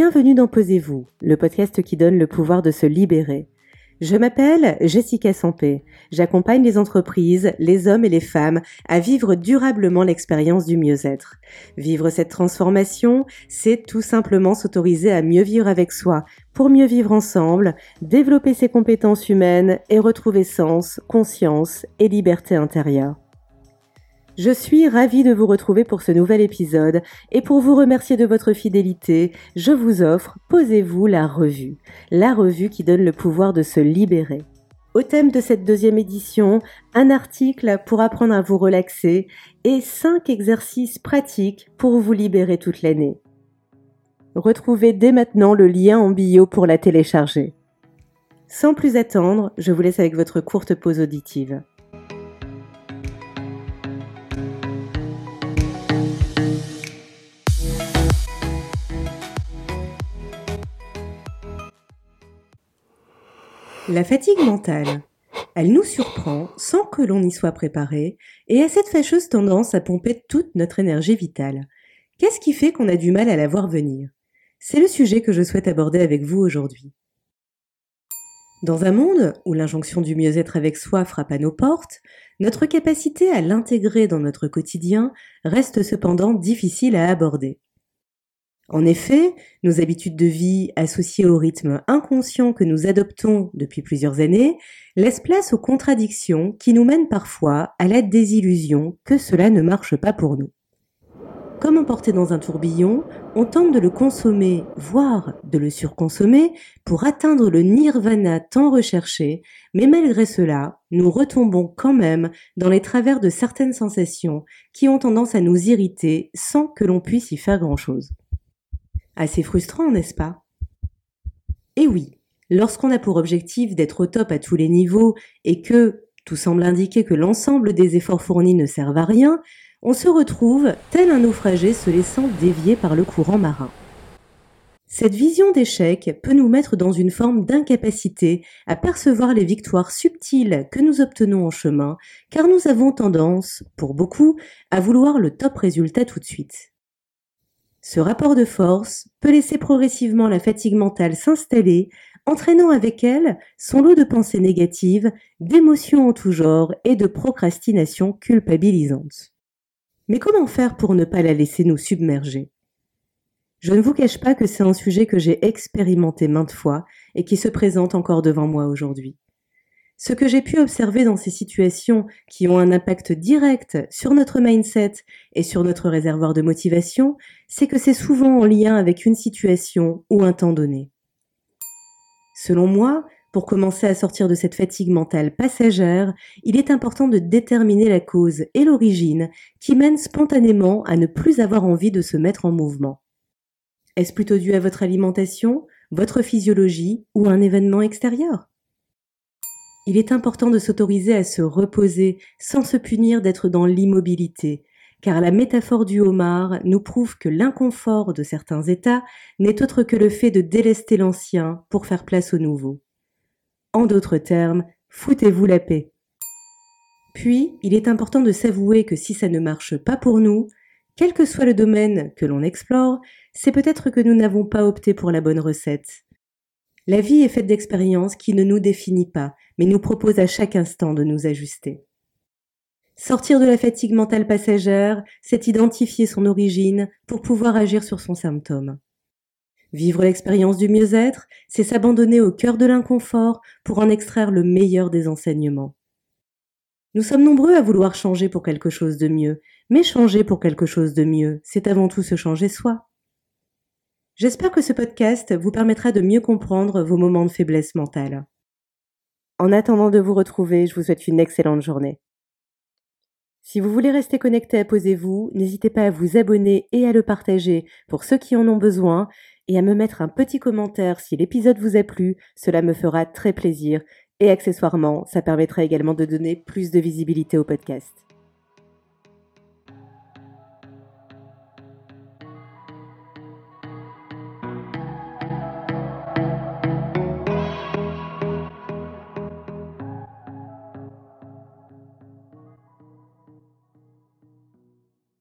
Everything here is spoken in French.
Bienvenue dans Posez-vous, le podcast qui donne le pouvoir de se libérer. Je m'appelle Jessica Sampé. J'accompagne les entreprises, les hommes et les femmes à vivre durablement l'expérience du mieux-être. Vivre cette transformation, c'est tout simplement s'autoriser à mieux vivre avec soi, pour mieux vivre ensemble, développer ses compétences humaines et retrouver sens, conscience et liberté intérieure. Je suis ravie de vous retrouver pour ce nouvel épisode et pour vous remercier de votre fidélité, je vous offre Posez-vous la revue qui donne le pouvoir de se libérer. Au thème de cette deuxième édition, un article pour apprendre à vous relaxer et 5 exercices pratiques pour vous libérer toute l'année. Retrouvez dès maintenant le lien en bio pour la télécharger. Sans plus attendre, je vous laisse avec votre courte pause auditive. La fatigue mentale, elle nous surprend sans que l'on y soit préparé et a cette fâcheuse tendance à pomper toute notre énergie vitale. Qu'est-ce qui fait qu'on a du mal à la voir venir ? C'est le sujet que je souhaite aborder avec vous aujourd'hui. Dans un monde où l'injonction du mieux-être avec soi frappe à nos portes, notre capacité à l'intégrer dans notre quotidien reste cependant difficile à aborder. En effet, nos habitudes de vie associées au rythme inconscient que nous adoptons depuis plusieurs années laissent place aux contradictions qui nous mènent parfois à la désillusion que cela ne marche pas pour nous. Comme emporté dans un tourbillon, on tente de le consommer, voire de le surconsommer pour atteindre le nirvana tant recherché, mais malgré cela, nous retombons quand même dans les travers de certaines sensations qui ont tendance à nous irriter sans que l'on puisse y faire grand-chose. Assez frustrant, n'est-ce pas ? Et oui, lorsqu'on a pour objectif d'être au top à tous les niveaux et que tout semble indiquer que l'ensemble des efforts fournis ne servent à rien, on se retrouve tel un naufragé se laissant dévier par le courant marin. Cette vision d'échec peut nous mettre dans une forme d'incapacité à percevoir les victoires subtiles que nous obtenons en chemin, car nous avons tendance, pour beaucoup, à vouloir le top résultat tout de suite. Ce rapport de force peut laisser progressivement la fatigue mentale s'installer, entraînant avec elle son lot de pensées négatives, d'émotions en tout genre et de procrastination culpabilisante. Mais comment faire pour ne pas la laisser nous submerger ? Je ne vous cache pas que c'est un sujet que j'ai expérimenté maintes fois et qui se présente encore devant moi aujourd'hui. Ce que j'ai pu observer dans ces situations qui ont un impact direct sur notre mindset et sur notre réservoir de motivation, c'est que c'est souvent en lien avec une situation ou un temps donné. Selon moi, pour commencer à sortir de cette fatigue mentale passagère, il est important de déterminer la cause et l'origine qui mène spontanément à ne plus avoir envie de se mettre en mouvement. Est-ce plutôt dû à votre alimentation, votre physiologie ou un événement extérieur ? Il est important de s'autoriser à se reposer sans se punir d'être dans l'immobilité, car la métaphore du homard nous prouve que l'inconfort de certains états n'est autre que le fait de délester l'ancien pour faire place au nouveau. En d'autres termes, foutez-vous la paix. Puis, il est important de s'avouer que si ça ne marche pas pour nous, quel que soit le domaine que l'on explore, c'est peut-être que nous n'avons pas opté pour la bonne recette. La vie est faite d'expériences qui ne nous définit pas, mais nous propose à chaque instant de nous ajuster. Sortir de la fatigue mentale passagère, c'est identifier son origine pour pouvoir agir sur son symptôme. Vivre l'expérience du mieux-être, c'est s'abandonner au cœur de l'inconfort pour en extraire le meilleur des enseignements. Nous sommes nombreux à vouloir changer pour quelque chose de mieux, mais changer pour quelque chose de mieux, c'est avant tout se changer soi. J'espère que ce podcast vous permettra de mieux comprendre vos moments de faiblesse mentale. En attendant de vous retrouver, je vous souhaite une excellente journée. Si vous voulez rester connecté à Posez-vous, n'hésitez pas à vous abonner et à le partager pour ceux qui en ont besoin et à me mettre un petit commentaire si l'épisode vous a plu, cela me fera très plaisir et accessoirement, ça permettra également de donner plus de visibilité au podcast.